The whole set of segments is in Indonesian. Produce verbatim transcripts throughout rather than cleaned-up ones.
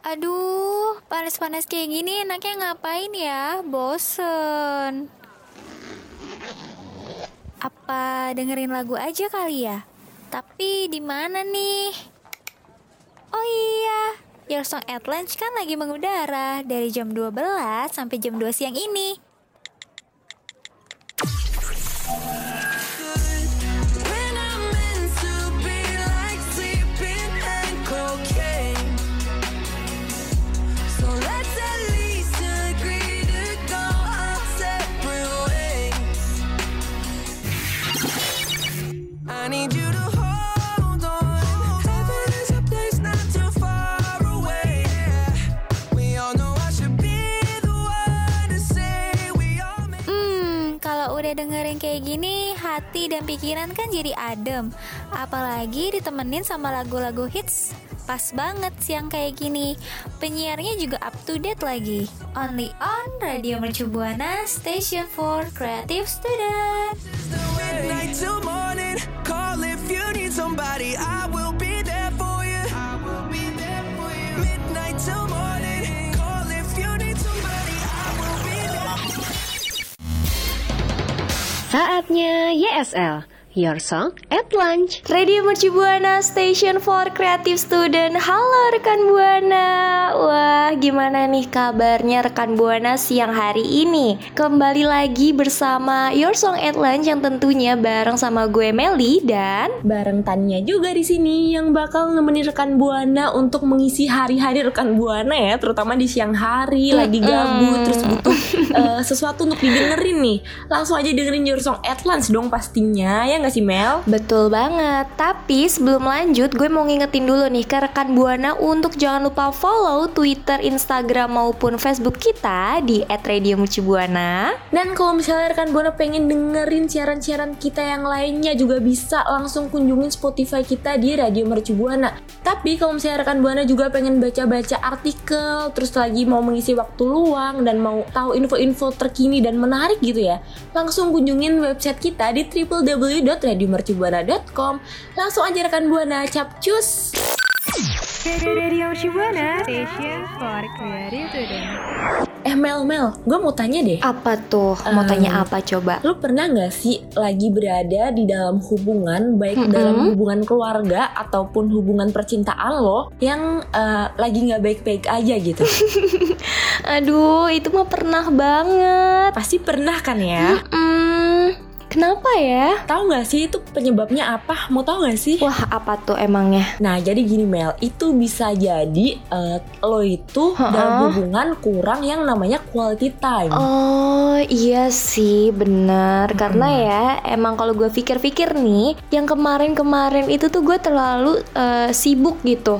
Aduh, panas-panas kayak gini enaknya ngapain ya? Bosen. Apa dengerin lagu aja kali ya? Tapi di mana nih? Oh iya, Your Song at Lunch kan lagi mengudara dari jam dua belas sampai jam dua siang ini. Udah dengerin kayak gini, hati dan pikiran kan jadi adem. Apalagi ditemenin sama lagu-lagu hits. Pas banget siang kayak gini. Penyiarnya juga up to date lagi. Only on Radio Mercu Buana, Station for Creative Student. Saatnya Y S L, Your Song at Lunch. Radio Mercu Buana, Station for Creative Student. Halo rekan Buana. Wah, gimana nih kabarnya rekan Buana siang hari ini? Kembali lagi bersama Your Song at Lunch yang tentunya bareng sama gue Meli dan bareng Tania juga di sini yang bakal nemenin rekan Buana untuk mengisi hari-hari rekan Buana ya, terutama di siang hari lagi gabut terus butuh uh, sesuatu untuk didengerin nih. Langsung aja dengerin Your Song at Lunch dong pastinya, ya nggak sih Mel? Betul banget. Tapi sebelum lanjut, gue mau ngingetin dulu nih ke rekan Buana untuk jangan lupa follow Twitter, Instagram maupun Facebook kita di et radio mercu buana. Dan kalau misalnya rekan Buana pengen dengerin siaran-siaran kita yang lainnya juga bisa langsung kunjungin Spotify kita di Radio Mercu Buana. Tapi kalau misalnya rekan Buana juga pengen baca-baca artikel, terus lagi mau mengisi waktu luang dan mau tahu info-info terkini dan menarik gitu ya, langsung kunjungin website kita di w w w dot radio mercu buana dot com. Langsung aja rekan Buana capcus. Radio Mercu Buana, Station for Creative Student. Eh Mel, Mel, gue mau tanya deh. Apa tuh? Mau um, tanya apa coba? Lu pernah gak sih lagi berada di dalam hubungan, baik mm-hmm. dalam hubungan keluarga ataupun hubungan percintaan lo, yang uh, lagi gak baik-baik aja gitu? Aduh, itu mah pernah banget. Pasti pernah kan ya? Mm-mm. Kenapa ya? Tahu nggak sih itu penyebabnya apa? Mau tahu nggak sih? Wah, apa tuh emangnya? Nah, jadi gini Mel, itu bisa jadi uh, lo itu Ha-ha. dalam hubungan kurang yang namanya quality time. Oh iya sih, benar. Hmm. Karena ya emang kalau gue pikir-pikir nih, yang kemarin-kemarin itu tuh gue terlalu uh, sibuk gitu.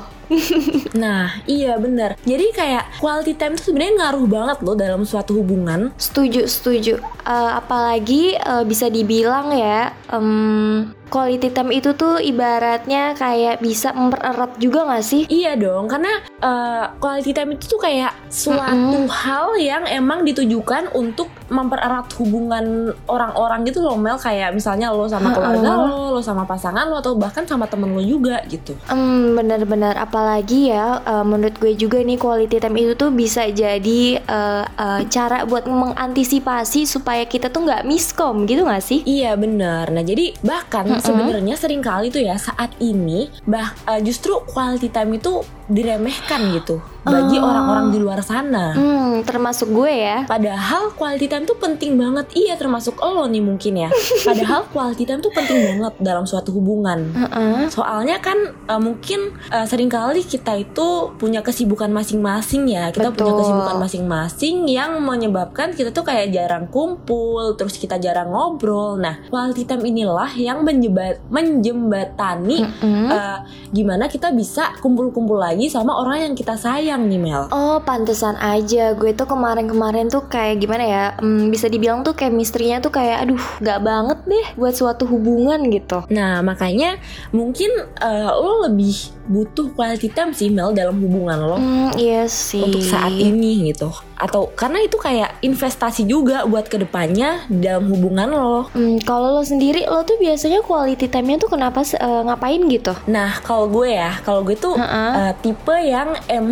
Nah, iya benar. Jadi kayak quality time itu sebenarnya ngaruh banget loh dalam suatu hubungan. Setuju, setuju. Uh, apalagi uh, bisa dibilang ya, um, quality time itu tuh ibaratnya kayak bisa mempererat juga gak sih? Iya dong, karena uh, quality time itu tuh kayak suatu mm-hmm. hal yang emang ditujukan untuk mempererat hubungan orang-orang gitu loh Mel. Kayak misalnya lo sama keluarga lo, lo sama pasangan lo, atau bahkan sama temen lo juga gitu. Hmm, benar-benar. Apalagi ya, uh, menurut gue juga nih quality time itu tuh bisa jadi uh, uh, cara buat mengantisipasi supaya kita tuh gak miskom gitu gak sih? Iya benar. Nah jadi bahkan mm-hmm. sebenarnya sering kali tuh ya saat ini bah uh, justru quality time itu diremehkan gitu bagi oh. orang-orang di luar sana. Hmm, termasuk gue ya. Padahal quality time tuh penting banget. Iya, termasuk lo nih mungkin ya. Padahal quality time tuh penting banget dalam suatu hubungan. Uh-uh. Soalnya kan uh, mungkin uh, seringkali kita itu punya kesibukan masing-masing ya. Kita Betul. punya kesibukan masing-masing yang menyebabkan kita tuh kayak jarang kumpul, terus kita jarang ngobrol. Nah, quality time inilah yang menjebat, menjembatani uh-uh. uh, gimana kita bisa kumpul-kumpul lagi sama orang yang kita sayang nih Mel. Oh, pantesan aja gue tuh kemarin-kemarin tuh kayak gimana ya, hmm, bisa dibilang tuh chemistry-nya tuh kayak aduh gak banget deh buat suatu hubungan gitu. Nah makanya mungkin uh, lo lebih butuh quality time sih Mel dalam hubungan lo. Hmm, iya sih. Untuk saat ini gitu. Atau karena itu kayak investasi juga buat kedepannya dalam hubungan lo. Hmm, kalau lo sendiri, lo tuh biasanya quality time-nya tuh kenapa uh, ngapain gitu? Nah kalau gue ya, kalau gue tuh uh-uh. uh, tipe yang emang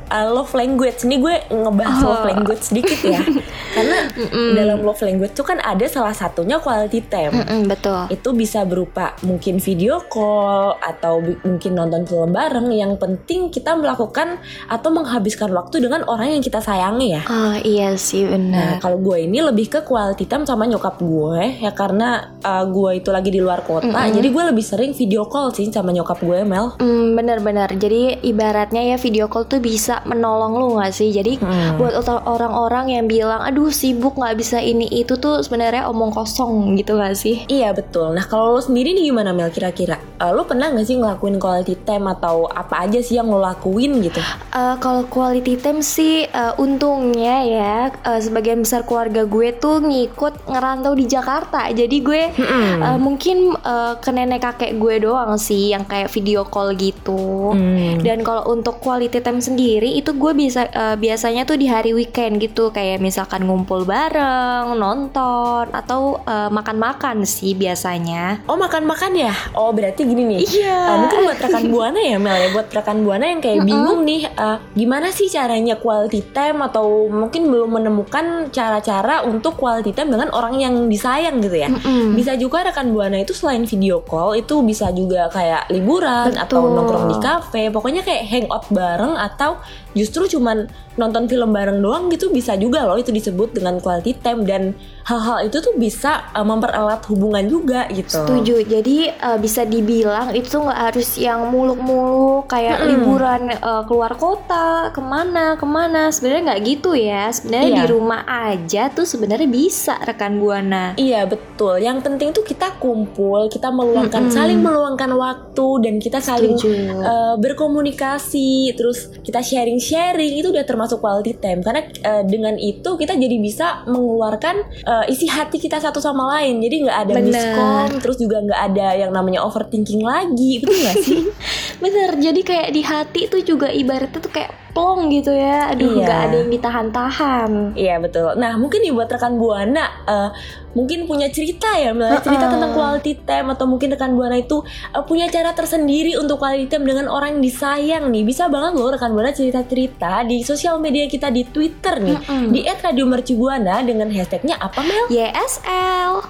uh, love language. Ini gue ngebahas Oh. love language sedikit ya. Karena dalam love language itu kan ada salah satunya quality time. Mm-mm, betul. Itu bisa berupa mungkin video call atau bi- mungkin nonton film bareng. Yang penting kita melakukan atau menghabiskan waktu dengan orang yang kita sayangi ya. Oh iya sih Nah, benar. kalau gue ini lebih ke quality time sama nyokap gue ya, karena uh, gue itu lagi di luar kota. Jadi gue lebih sering video call sih sama nyokap gue, Mel. Hmm, benar-benar. Jadi ibaratnya ya video call tuh bisa menolong lu nggak sih? Jadi Hmm. buat ota- orang-orang yang bilang, aduh sibuk nggak bisa ini itu tuh sebenarnya omong kosong gitu nggak sih? Iya betul. Nah kalau lo sendiri nih gimana, Mel, kira-kira? Uh, lo pernah gak sih ngelakuin quality time atau apa aja sih yang lo lakuin gitu? Eh, kalau quality time sih eh, untungnya ya eh, sebagian besar keluarga gue tuh ngikut ngerantau di Jakarta. Jadi gue eh, mungkin eh, ke nenek kakek gue doang sih yang kayak video call gitu. Hmm. Dan kalau untuk quality time sendiri itu gue bisa eh, biasanya tuh di hari weekend gitu, kayak misalkan ngumpul bareng, nonton atau eh, makan-makan sih biasanya. Oh makan-makan ya? Oh berarti gini nih. Iya. Uh, mungkin buat rekan buana ya, Mel ya. Buat rekan buana yang kayak bingung nih, uh, gimana sih caranya quality time atau mungkin belum menemukan cara-cara untuk quality time dengan orang yang disayang gitu ya. Mm-mm. Bisa juga rekan buana itu selain video call itu bisa juga kayak liburan atau Betul. nongkrong di kafe. Pokoknya kayak hangout bareng atau justru cuman nonton film bareng doang gitu bisa juga loh itu disebut dengan quality time, dan hal-hal itu tuh bisa uh, mempererat hubungan juga gitu. Setuju. Jadi uh, bisa dibilang itu nggak harus yang muluk-muluk kayak liburan uh, keluar kota kemana kemana. Sebenarnya nggak gitu ya. Sebenarnya Iya. di rumah aja tuh sebenarnya bisa rekan buana. Iya betul. Yang penting tuh kita kumpul, kita meluangkan, saling meluangkan waktu, dan kita saling Setuju. uh, berkomunikasi, terus kita sharing-sharing, itu udah termasuk quality time. Karena uh, dengan itu kita jadi bisa mengeluarkan uh, isi hati kita satu sama lain. Jadi nggak ada Bener. miskom, terus juga nggak ada yang namanya overthinking lagi, betul nggak sih? Bener. Jadi kayak di hati tuh juga ibaratnya tuh kayak plong gitu ya. Aduh, Iya. nggak ada yang ditahan-tahan. Iya betul. Nah mungkin nih buat rekan buana uh, mungkin punya cerita ya, Mel, cerita tentang quality time, atau mungkin rekan buana itu uh, punya cara tersendiri untuk quality time dengan orang yang disayang nih. Bisa banget loh rekan buana cerita-cerita di sosial media kita di Twitter nih, di et radio mercubuana dengan hashtagnya apa, Mel? Y S L.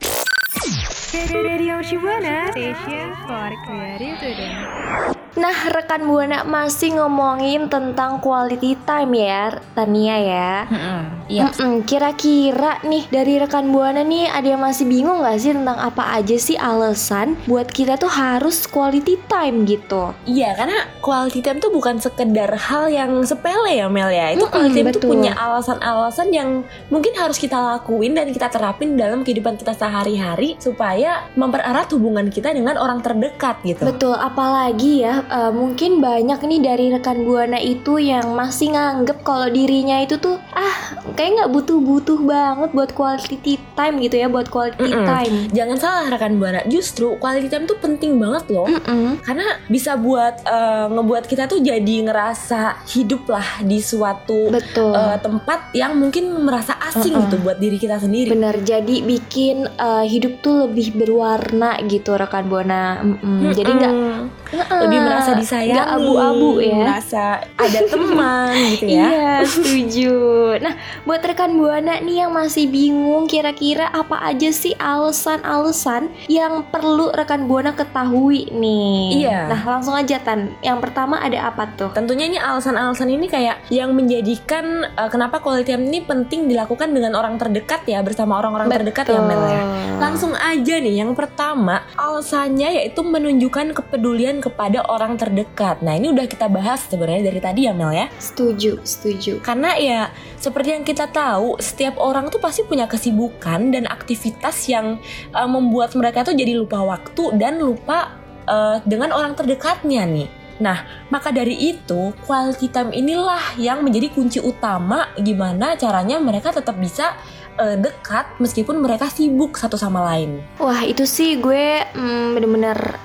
Radio Shibuana, station for creative student. Nah, rekan buana masih ngomongin tentang quality time ya, Tania ya. Iya. Mm-mm, kira-kira nih dari rekan buana nih ada yang masih bingung gak sih tentang apa aja sih alasan buat kita tuh harus quality time gitu? Iya, karena quality time tuh bukan sekedar hal yang sepele ya, Mel ya. Itu Mm-mm, quality time tuh betul. punya alasan-alasan yang mungkin harus kita lakuin dan kita terapin dalam kehidupan kita sehari-hari supaya mempererat hubungan kita dengan orang terdekat gitu. Betul, apalagi ya uh, mungkin banyak nih dari rekan buana itu yang masih nganggep kalau dirinya itu tuh ah kayak nggak butuh-butuh banget buat quality time gitu ya, buat quality Mm-mm. time. Jangan salah rekan buana, justru quality time tuh penting banget loh. Mm-mm. Karena bisa buat uh, ngebuat kita tuh jadi ngerasa hidup lah di suatu Betul. uh, tempat yang mungkin merasa asing gitu buat diri kita sendiri. Bener, jadi bikin uh, hidup tuh lebih berwarna gitu rekan buana. Mm-mm. Jadi nggak Lebih merasa disayangi, nggak abu-abu ya. merasa ada teman gitu ya. Iya, setuju. Nah, buat rekan buana nih yang masih bingung kira-kira apa aja sih alasan-alasan yang perlu rekan buana ketahui nih. Iya. Nah, langsung aja Tan. Yang pertama ada apa tuh? Tentunya ini alasan-alasan ini kayak yang menjadikan uh, kenapa quality time ini penting dilakukan dengan orang terdekat ya, bersama orang-orang terdekat ya, Mel ya. Langsung aja nih, yang pertama alasannya yaitu menunjukkan kepedulian kepada orang terdekat. Nah ini udah kita bahas sebenarnya dari tadi ya, Mel ya. Setuju, setuju. Karena ya seperti yang kita tahu, setiap orang tuh pasti punya kesibukan dan aktivitas yang uh, membuat mereka tuh jadi lupa waktu dan lupa uh, dengan orang terdekatnya nih. Nah, maka dari itu quality time inilah yang menjadi kunci utama gimana caranya mereka tetap bisa uh, dekat meskipun mereka sibuk satu sama lain. Wah, itu sih gue mm, bener-bener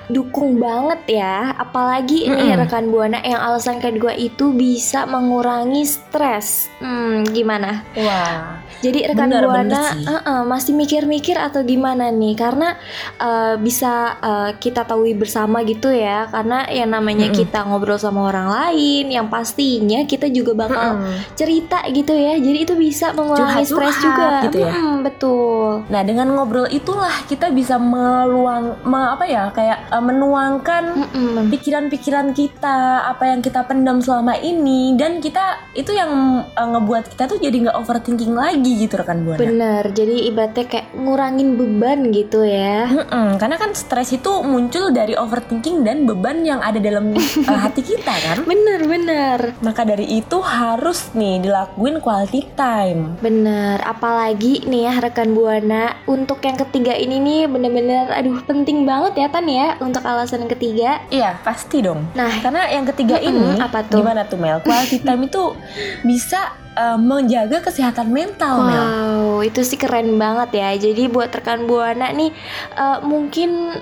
dukung banget ya. Apalagi nih Mm-mm. rekan Buana yang alasan kedua itu bisa mengurangi stres. Hmm, gimana? Wah, Jadi rekan bener, bener Buana sih. uh-uh, masih mikir-mikir atau gimana nih? Karena uh, bisa uh, kita tahu bersama gitu ya. Karena yang namanya Mm-mm. kita ngobrol sama orang lain, yang pastinya kita juga bakal Mm-mm. cerita gitu ya. Jadi itu bisa mengurangi stres Curhat-curhat juga. gitu ya. Mm-mm, betul. Nah, dengan ngobrol itulah kita bisa meluang, me- apa ya, kayak uh, menuangkan Mm-mm. pikiran-pikiran kita, apa yang kita pendam selama ini, dan kita itu yang uh, ngebuat kita tuh jadi nggak overthinking lagi gitu rekan Buana. Bener. Jadi ibaratnya kayak ngurangin beban gitu ya. Mm-mm, karena kan stres itu muncul dari overthinking dan beban yang ada dalam uh, hati kita kan. Bener bener. Maka dari itu harus nih dilakuin quality time. Bener, apalagi nih ya rekan Buana, untuk yang ketiga ini nih bener-bener aduh penting banget ya Tan ya untuk alasan yang ketiga. Iya, pasti dong. Nah, Karena yang ketiga Mm-mm, ini apa tuh? gimana tuh Mel? Quality time itu bisa uh, menjaga kesehatan mental, Mel. wow, itu sih keren banget ya. Jadi buat rekan Buana nih uh, mungkin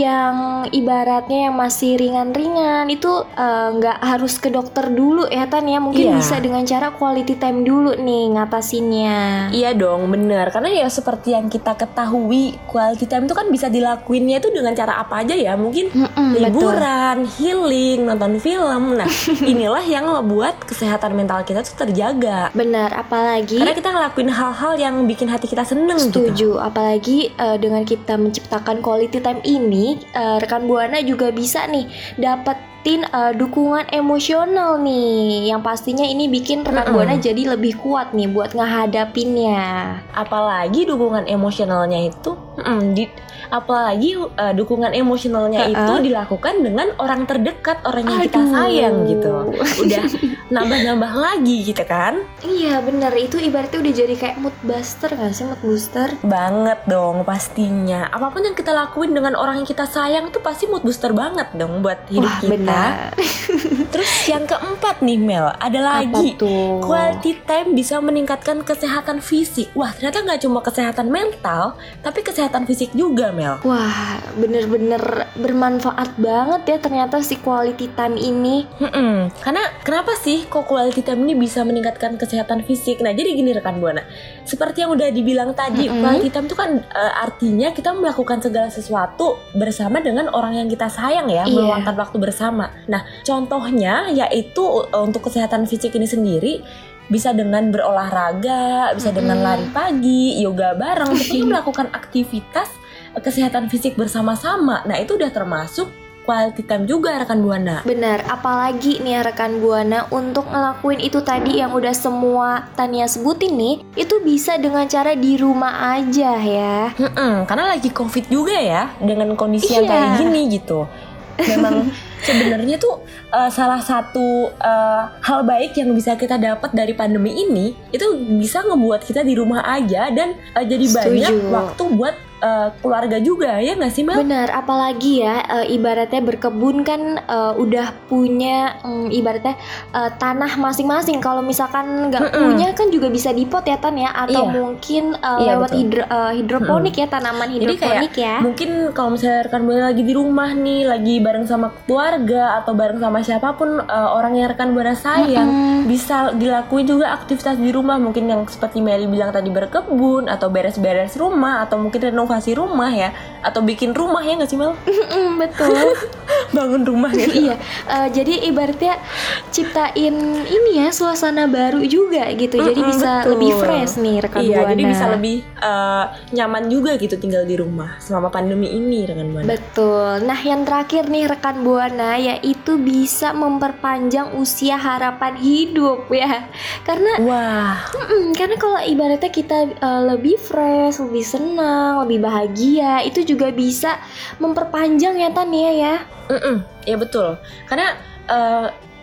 yang ibaratnya yang masih ringan-ringan itu uh, nggak harus ke dokter dulu ya Tan ya. Mungkin Iya. bisa dengan cara quality time dulu nih ngatasinnya. Iya dong, bener. Karena ya seperti yang kita ketahui, quality time itu kan bisa dilakuinnya itu dengan cara apa aja ya. Mungkin Mm-mm, betul. liburan, healing, nonton film. Nah, inilah yang membuat kesehatan mental kita tuh terjaga. Benar, apalagi Karena kita ngelakuin hal-hal yang bikin hati kita seneng gitu. setuju, apalagi uh, dengan kita menciptakan quality time ini, uh, rekan Buana juga bisa nih dapetin uh, dukungan emosional nih, yang pastinya ini bikin rekan Mm-mm. Buana jadi lebih kuat nih buat ngehadapinnya. Apalagi dukungan emosionalnya itu mm, di, apalagi uh, dukungan emosionalnya Uh-uh. itu dilakukan dengan orang terdekat, orang yang kita Aduh. sayang gitu. Udah nambah-nambah lagi gitu kan. Iya bener, itu ibaratnya udah jadi kayak mood booster gak sih, mood booster? Banget dong pastinya. Apapun yang kita lakuin dengan orang yang kita sayang tuh pasti mood booster banget dong buat hidup Wah kita. benar. Terus yang keempat nih Mel, ada lagi. Apa tuh? Quality time bisa meningkatkan kesehatan fisik. Wah, ternyata nggak cuma kesehatan mental, tapi kesehatan fisik juga, Mel. Wah bener-bener bermanfaat banget ya ternyata si quality time ini. Mm-mm. Karena kenapa sih kok quality time ini bisa meningkatkan kesehatan fisik? Nah, jadi gini rekan Buana. Seperti yang udah dibilang tadi, Mm-mm. quality time itu kan uh, artinya kita melakukan segala sesuatu bersama dengan orang yang kita sayang ya, Iya. meluangkan waktu bersama. Nah, contohnya yaitu uh, untuk kesehatan fisik ini sendiri bisa dengan berolahraga, bisa dengan Mm-mm. lari pagi, yoga bareng, pokoknya melakukan aktivitas uh, kesehatan fisik bersama-sama. Nah, itu udah termasuk quality time juga rekan Buana. Benar, apalagi nih ya rekan Buana untuk ngelakuin itu tadi yang udah semua Tania sebutin nih, itu bisa dengan cara di rumah aja ya. Mm-mm, karena lagi covid juga ya, dengan kondisi yang Iya. kayak gini gitu. Memang sebenarnya tuh uh, salah satu uh, hal baik yang bisa kita dapat dari pandemi ini itu bisa ngebuat kita di rumah aja dan uh, jadi banyak Setuju. waktu buat uh, keluarga juga, ya nggak sih Mel? Benar, apalagi ya e, ibaratnya berkebun kan e, udah punya mm, ibaratnya e, tanah masing-masing. Kalau misalkan nggak Mm-mm. punya kan juga bisa dipot ya Tan ya, atau Iya. mungkin e, Iya, lewat betul. hidro, e, hidroponik ya, tanaman Jadi hidroponik kayak ya. mungkin kalau misalnya rekan Buana lagi di rumah nih, lagi bareng sama keluarga atau bareng sama siapapun uh, orang yang rekan Buana sayang, Mm-mm. bisa dilakuin juga aktivitas di rumah, mungkin yang seperti Meli bilang tadi, berkebun atau beres-beres rumah atau mungkin renovasi rumah ya, atau bikin rumah, ya nggak sih Mel? Mm, betul. Bangun rumah gitu. Iya, eh, jadi ibaratnya ciptain ini ya suasana baru juga gitu. Jadi Mm-mm, bisa betul. lebih fresh nih rekan Iya, Buana. jadi bisa lebih uh, nyaman juga gitu tinggal di rumah selama pandemi ini rekan Buana. Betul. Nah, yang terakhir nih rekan Buana yaitu bisa memperpanjang usia harapan hidup ya. Karena Wah, mm, karena kalau ibaratnya kita uh, lebih fresh, lebih senang, lebih bahagia, itu juga bisa memperpanjang ya Tania ya. mm-mm, ya betul. Karena uh,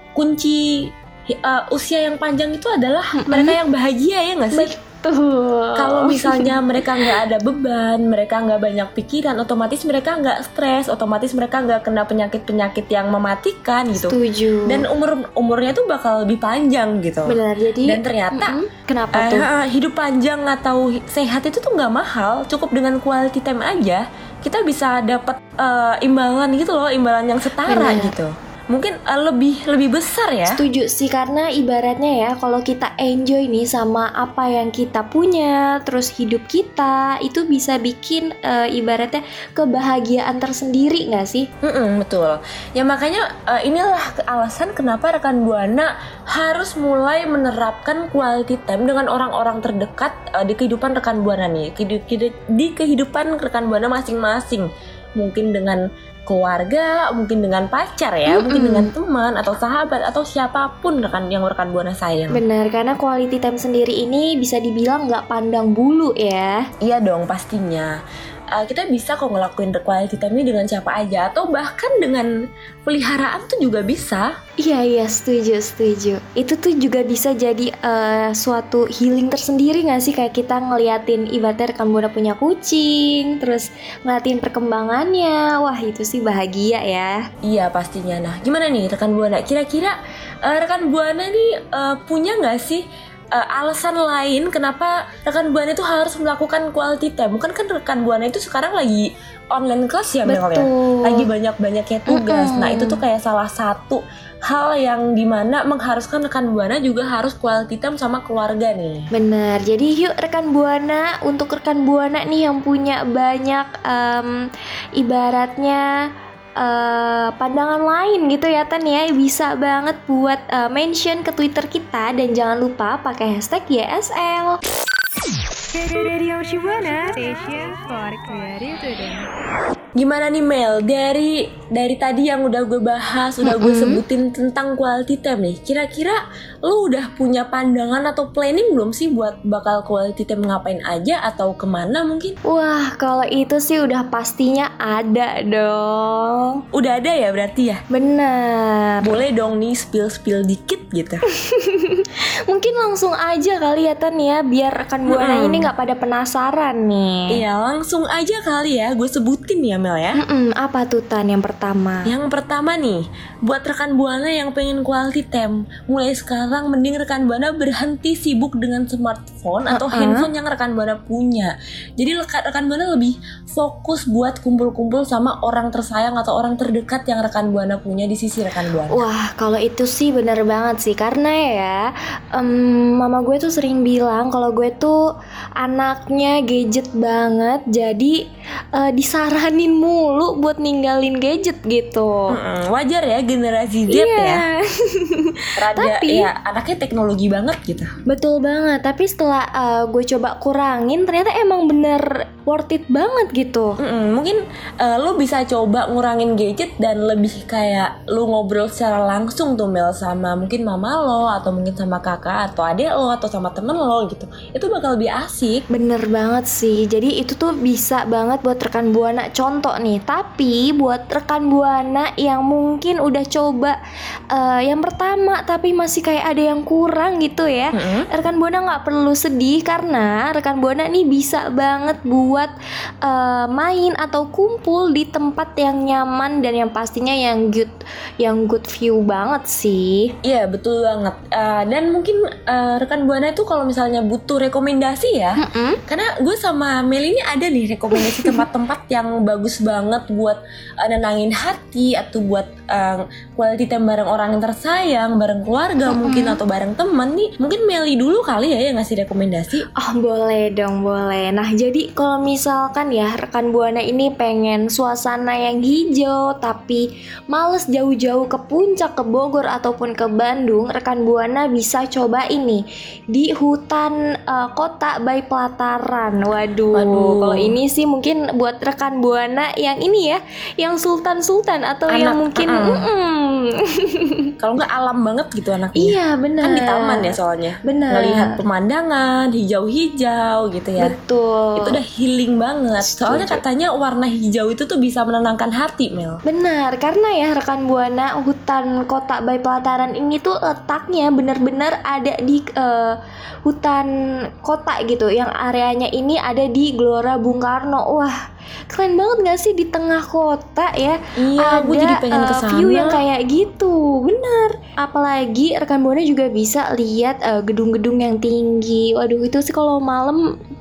kunci uh, usia yang panjang itu adalah mereka yang bahagia, ya nggak sih? Betul. Kalau misalnya mereka nggak ada beban, mereka nggak banyak pikiran, otomatis mereka nggak stres, otomatis mereka nggak kena penyakit-penyakit yang mematikan gitu. Setuju. Dan umur umurnya tuh bakal lebih panjang gitu. Benar. Jadi Dan ternyata mm-mm. kenapa eh, tuh? eh, hidup panjang atau hi- sehat itu tuh nggak mahal, cukup dengan quality time aja kita bisa dapat uh, imbalan gitu loh, imbalan yang setara Bener. gitu. Mungkin uh, lebih lebih besar ya. Setuju sih, karena ibaratnya ya kalau kita enjoy nih sama apa yang kita punya, terus hidup kita itu bisa bikin uh, ibaratnya kebahagiaan tersendiri nggak sih? Mm-mm, betul. Ya makanya uh, inilah alasan kenapa rekan Buana harus mulai menerapkan quality time dengan orang-orang terdekat uh, di kehidupan rekan Buana nih, di kehidupan rekan Buana masing-masing. Mungkin dengan keluarga, mungkin dengan pacar ya, mm-mm. mungkin dengan teman atau sahabat atau siapapun rekan yang rekan Buana sayang. Benar, karena quality time sendiri ini bisa dibilang nggak pandang bulu ya. Iya dong pastinya. Uh, kita bisa kok ngelakuin quality time ini dengan siapa aja, atau bahkan dengan peliharaan tuh juga bisa. Iya iya setuju setuju. Itu tuh juga bisa jadi uh, suatu healing tersendiri nggak sih, kayak kita ngeliatin ibaratnya rekan Buana punya kucing, terus ngeliatin perkembangannya, wah itu sih bahagia ya. Iya pastinya. Nah gimana nih rekan Buana? Kira-kira uh, rekan Buana nih uh, punya nggak sih Uh, alasan lain kenapa rekan Buana itu harus melakukan quality time? Bukan kan rekan Buana itu sekarang lagi online class ya, Mel ya? Lagi banyak-banyaknya tugas. Mm-mm. Nah itu tuh kayak salah satu hal yang dimana mengharuskan rekan Buana juga harus quality time sama keluarga nih. Bener, jadi yuk rekan Buana, untuk rekan Buana nih yang punya banyak um, ibaratnya Uh, pandangan lain gitu ya Tan ya, bisa banget buat uh, mention ke Twitter kita, dan jangan lupa pakai hashtag Y S L. Radio Shibuana, Station for Creative Student. Gimana nih Mel, dari dari tadi yang udah gue bahas, udah gue sebutin tentang quality time nih, kira-kira lu udah punya pandangan atau planning belum sih buat bakal quality time ngapain aja atau kemana mungkin? Wah kalau itu sih udah pastinya ada dong. Udah ada ya berarti ya? Bener. Boleh dong nih spill-spill dikit gitu. Mungkin langsung aja kali ya Tan ya, biar rekan Buana hmm. ini gak pada penasaran nih. Iya langsung aja kali ya, gue sebutin ya Mel ya. Mm-mm, apa tuh Tan yang pertama? Yang pertama nih, buat rekan Buana yang pengen quality time, mulai sekarang mending rekan Buana berhenti sibuk dengan smartphone atau uh-uh. handphone yang rekan Buana punya. Jadi rekan Buana lebih fokus buat kumpul-kumpul sama orang tersayang atau orang terdekat yang rekan Buana punya di sisi rekan Buana. Wah kalau itu sih bener banget sih, karena ya um, mama gue tuh sering bilang kalau gue tuh anaknya gadget banget, jadi uh, disaranin mulu buat ninggalin gadget gitu. Mm-mm, wajar ya generasi Z yeah. ya. Rada tapi, ya anaknya teknologi banget gitu. Betul banget. Tapi setelah uh, gue coba kurangin, ternyata emang bener worth it banget gitu. Mm-mm, mungkin uh, lo bisa coba ngurangin gadget dan lebih kayak lo ngobrol secara langsung tuh Mel sama mungkin mama lo atau mungkin sama kakak atau adik lo atau sama temen lo gitu. Itu bakal lebih asik. Bener banget sih. Jadi itu tuh bisa banget buat rekan Buana contoh nih. Tapi buat rekan Buana yang mungkin udah coba uh, yang pertama tapi masih kayak ada yang kurang gitu ya, mm-hmm. rekan Buana nggak perlu sedih, karena rekan Buana nih bisa banget buat uh, main atau kumpul di tempat yang nyaman dan yang pastinya yang good, yang good view banget sih. Iya betul banget. Uh, dan mungkin uh, rekan Buana itu kalau misalnya butuh rekomendasi ya, mm-hmm. karena gue sama Mel ini ada nih rekomendasi tempat-tempat yang bagus banget buat uh, nenangin hati atau buat uh, quality time bareng orang yang tersayang, bareng keluarga mm-hmm. mungkin atau bareng teman nih. Mungkin Meli dulu kali ya yang ngasih rekomendasi. Oh boleh dong, boleh. Nah jadi kalau misalkan ya rekan Buana ini pengen suasana yang hijau tapi males jauh-jauh ke puncak, ke Bogor ataupun ke Bandung, rekan Buana bisa coba ini di hutan uh, kota by Pelataran. Waduh, Waduh. Kalau ini sih mungkin buat rekan Buana yang ini ya, yang sultan-sultan atau anak, yang mungkin kalau nggak alam banget gitu anaknya. Iya benar. Kan di taman ya soalnya. Benar. Ngelihat pemandangan hijau-hijau gitu ya. Betul. Itu udah healing banget. Soalnya katanya warna hijau itu tuh bisa menenangkan hati, Mel. Benar, karena ya rekan Buana, hutan kota by Pelataran ini tuh letaknya benar-benar ada di uh, hutan kota gitu, yang areanya ini ada di Gelora Bung Karno. Wah, keren banget gak sih di tengah kota ya? Iya, ada gue jadi pengen uh, kesana. view yang kayak gitu. Benar. Apalagi rekan Buana juga bisa lihat uh, gedung-gedung yang tinggi. Waduh, itu sih kalau malam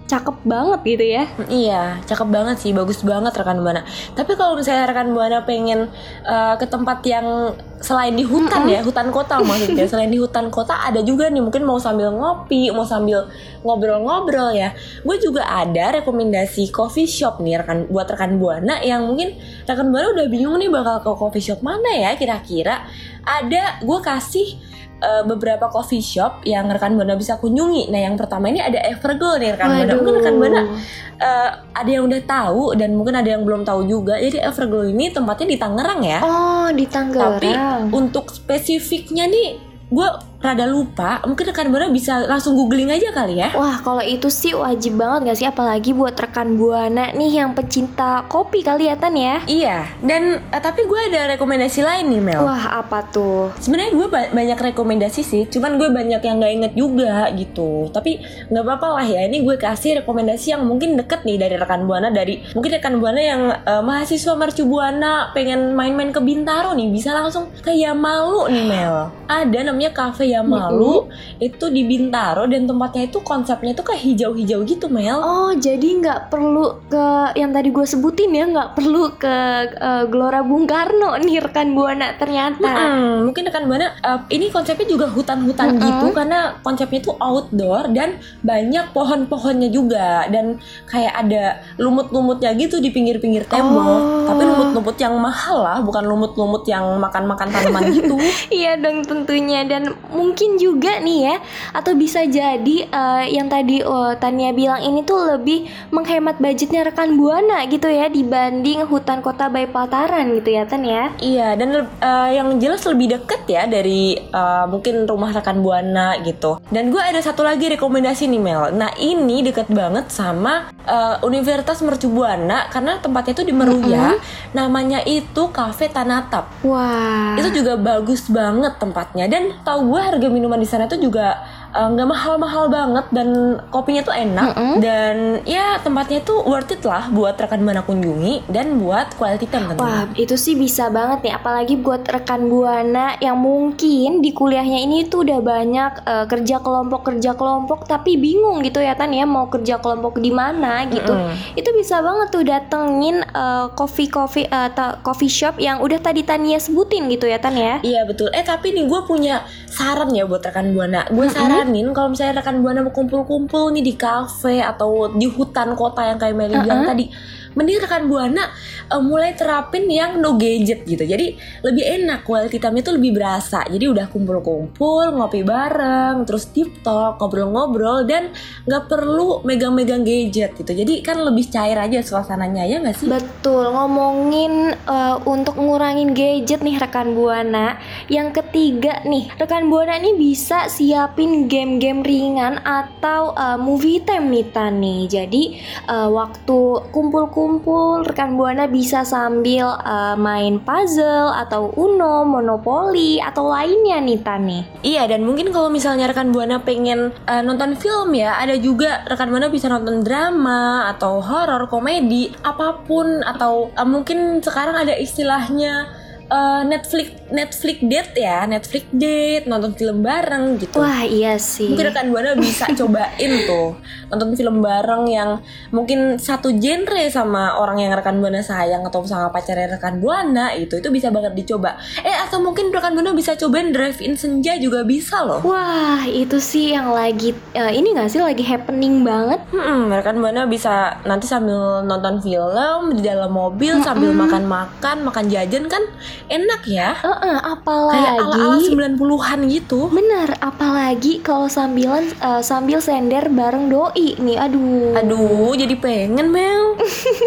cakep banget gitu ya. Iya, cakep banget sih, bagus banget rekan Buana. Tapi kalau misalnya rekan Buana pengen uh, ke tempat yang selain di hutan mm-hmm. ya, hutan kota maksudnya. Selain di hutan kota ada juga nih, mungkin mau sambil ngopi, mau sambil ngobrol-ngobrol ya. Gue juga ada rekomendasi coffee shop nih rekan buat rekan Buana yang mungkin rekan Buana udah bingung nih bakal ke coffee shop mana ya kira-kira. Ada, gue kasih Uh, beberapa coffee shop yang rekan Buana bisa kunjungi. Nah, yang pertama ini ada Everglow nih rekan Buana. Mungkin rekan Buana uh, ada yang udah tahu dan mungkin ada yang belum tahu juga. Jadi Everglow ini tempatnya di Tangerang ya. Oh, di Tangerang. Tapi untuk spesifiknya nih gue rada lupa. Mungkin rekan Buana bisa langsung googling aja kali ya. Wah, kalau itu sih wajib banget gak sih? Apalagi buat rekan Buana nih yang pecinta kopi kali ya Tan ya. Iya. Dan uh, tapi gue ada rekomendasi lain nih Mel. Wah, apa tuh? Sebenarnya gue ba- banyak rekomendasi sih, cuman gue banyak yang gak inget juga gitu. Tapi gak apa-apa lah ya. Ini gue kasih rekomendasi yang mungkin deket nih dari rekan Buana. Dari mungkin rekan Buana yang uh, mahasiswa Mercu Buana pengen main-main ke Bintaro nih, bisa langsung ke Yamalu nih Mel. Ada namanya Cafe Yamalu, mm-hmm. itu di Bintaro dan tempatnya itu konsepnya itu kayak hijau-hijau gitu Mel. Oh, jadi nggak perlu ke yang tadi gue sebutin ya, nggak perlu ke uh, Gelora Bung Karno nih rekan Buana ternyata. Mm-hmm. Mungkin rekan Buana uh, ini konsepnya juga hutan-hutan mm-hmm. gitu karena konsepnya itu outdoor dan banyak pohon-pohonnya juga dan kayak ada lumut-lumutnya gitu di pinggir-pinggir tembok. Oh. Tapi lumut-lumut yang mahal lah, bukan lumut-lumut yang makan-makan tanaman gitu. Iya dong tentunya. Dan mungkin juga nih ya, atau bisa jadi uh, yang tadi oh, Tania bilang ini tuh lebih menghemat budgetnya rekan Buana gitu ya dibanding hutan kota by Pelataran gitu ya Tan ya. Iya, dan uh, yang jelas lebih deket ya dari uh, mungkin rumah rekan Buana gitu. Dan gue ada satu lagi rekomendasi nih Mel. Nah ini deket banget sama uh, Universitas Mercu Buana karena tempatnya tuh di Meruya. Mm-hmm. Namanya itu Cafe Tanatap. Wah. Itu juga bagus banget tempatnya dan tahu gue harga minuman di sana tuh juga nggak uh, mahal-mahal banget dan kopinya tuh enak. Mm-hmm. Dan ya tempatnya tuh worth it lah buat rekan Buana kunjungi dan buat quality time tentunya. Wah itu sih bisa banget nih, apalagi buat rekan Buana yang mungkin di kuliahnya ini tuh udah banyak uh, kerja kelompok kerja kelompok tapi bingung gitu ya Tan ya mau kerja kelompok di mana gitu. Mm-hmm. Itu bisa banget tuh datengin uh, coffee coffee uh, ta- coffee shop yang udah tadi Tania sebutin gitu ya Tan ya. Iya betul. Eh tapi nih gue punya saran ya buat rekan Buana. Gue mm-hmm. saranin kalau misalnya rekan Buana mau kumpul-kumpul nih di kafe atau di hutan kota yang kayak Meli uh-huh. bilang tadi, mending rekan Buana uh, mulai terapin yang no gadget gitu. Jadi lebih enak, quality time-nya tuh lebih berasa. Jadi udah kumpul-kumpul, ngopi bareng, terus deep talk, ngobrol-ngobrol dan nggak perlu megang-megang gadget gitu. Jadi kan lebih cair aja suasananya ya nggak sih? Betul. Ngomongin uh, untuk ngurangin gadget nih rekan Buana. Yang ketiga nih, rekan Buana nih bisa siapin game-game ringan atau uh, movie time nih Tani. Jadi uh, waktu kumpul-kumpul rekan Buana bisa sambil uh, main puzzle atau Uno, Monopoly atau lainnya nih Tani. Iya, dan mungkin kalau misalnya rekan Buana pengen uh, nonton film ya, ada juga rekan Buana bisa nonton drama atau horor, komedi, apapun atau uh, mungkin sekarang ada istilahnya Uh, Netflix Netflix date ya, Netflix date, nonton film bareng gitu. Wah iya sih. Mungkin rekan Buana bisa cobain tuh nonton film bareng yang mungkin satu genre sama orang yang rekan Buana sayang atau sama pacarnya rekan Buana itu itu bisa banget dicoba. Eh atau mungkin rekan Buana bisa cobain drive-in senja juga bisa loh. Wah itu sih yang lagi uh, ini nggak sih lagi happening banget. Hmm, rekan Buana bisa nanti sambil nonton film di dalam mobil mm-hmm. sambil makan-makan, makan jajan kan. Enak ya. uh-uh, Apalagi kayak ala-ala sembilan puluhan gitu. Bener. Apalagi kalau sambilan uh, sambil sender bareng doi nih. Aduh Aduh jadi pengen Mel.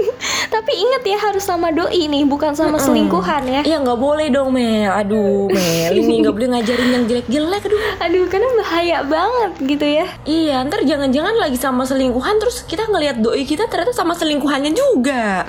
Tapi inget ya harus sama doi nih, bukan sama Mm-mm. selingkuhan ya. Iya gak boleh dong Mel. Aduh Mel ini gak boleh ngajarin yang jelek-jelek. Aduh Aduh karena bahaya banget gitu ya. Iya ntar jangan-jangan lagi sama selingkuhan terus kita ngelihat doi kita ternyata sama selingkuhannya juga.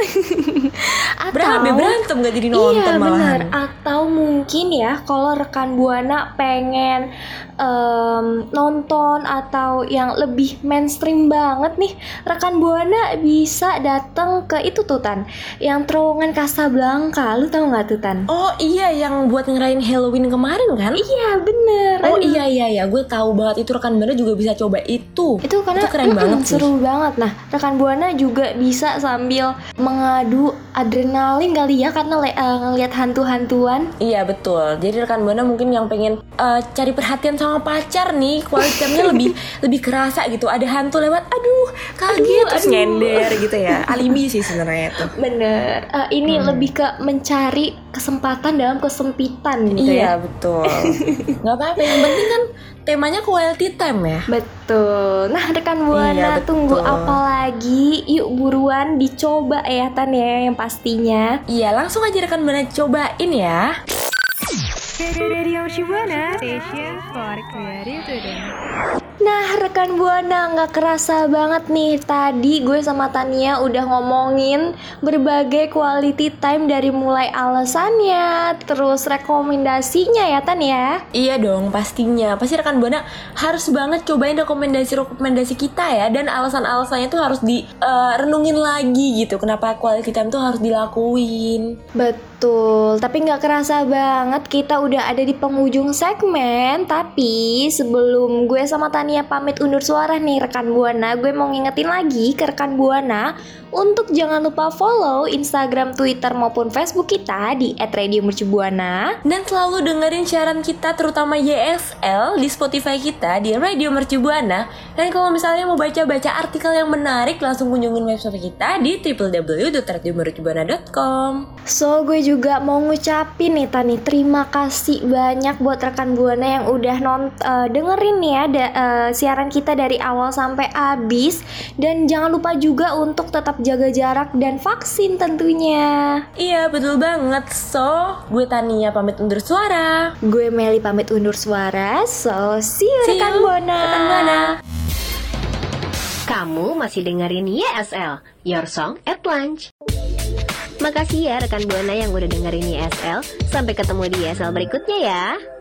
Atau Berabe berantem gak jadi nonton iya, malahan. Bener. Atau mungkin ya kalau rekan Buana pengen um, nonton atau yang lebih mainstream banget nih, rekan Buana bisa datang ke itu tuh Tan, yang terowongan Casablanca. Lu tahu nggak tuh Tan? Oh iya, yang buat ngerayain Halloween kemarin kan? Iya bener. Oh Aduh. iya iya iya, gue tahu banget itu. Rekan Buana juga bisa coba itu. Itu karena itu keren mm, banget sih. Seru banget. Nah, rekan Buana juga bisa sambil mengadu adrenalin kali ya, karena le- uh, ngelihat hantu-hantuan. Iya betul. Jadi rekan Buana mungkin yang pengen uh, cari perhatian sama pacar nih, quality time-nya lebih lebih kerasa gitu. Ada hantu lewat, aduh kaget, Aduh, terus aduh. nyender gitu ya. Alibi sih sebenarnya itu. Bener. Uh, ini Hmm. lebih ke mencari kesempatan dalam kesempitan gitu Iya ya. betul. Nggak apa-apa, yang penting kan temanya quality time ya. Betul. Nah, rekan Buana Iya, betul. tunggu apa lagi? Yuk buruan dicoba ya Tan ya, yang pastinya. Iya, langsung aja rekan Buana cobain ya. Radio Shibuana Station for Creative Student. Nah, rekan Buana, nggak kerasa banget nih, tadi gue sama Tania udah ngomongin berbagai quality time, dari mulai alasannya, terus rekomendasinya ya Tan ya. Iya dong, pastinya. Pasti rekan Buana harus banget cobain rekomendasi-rekomendasi kita ya. Dan alasan-alasannya tuh harus direnungin lagi gitu. Kenapa quality time tuh harus dilakuin. Betul, tapi nggak kerasa banget kita udah ada di penghujung segmen. Tapi sebelum gue sama Tania pamit undur suara nih rekan Buana, gue mau ngingetin lagi ke rekan Buana untuk jangan lupa follow Instagram, Twitter maupun Facebook kita di et radio mercubuana. Dan selalu dengerin siaran kita, terutama Y S L di Spotify kita di Radio Mercubuana. Dan kalau misalnya mau baca-baca artikel yang menarik, langsung kunjungin website kita di w w w dot radio mercubuana dot com. So, gue juga mau ngucapin nih Tani, terima kasih banyak buat rekan Buana yang udah nont uh, dengerin nih ya da- uh, siaran kita dari awal sampai habis. Dan jangan lupa juga untuk tetap jaga jarak dan vaksin tentunya. Iya betul banget. So, gue Tania pamit undur suara. Gue Meli pamit undur suara. So, see you, See rekan you, Buana. rekan Buana. Kamu masih dengerin Y S L, Your Song at Lunch. Makasih ya rekan Buana yang udah dengerin Y S L. Sampai ketemu di Y S L berikutnya ya.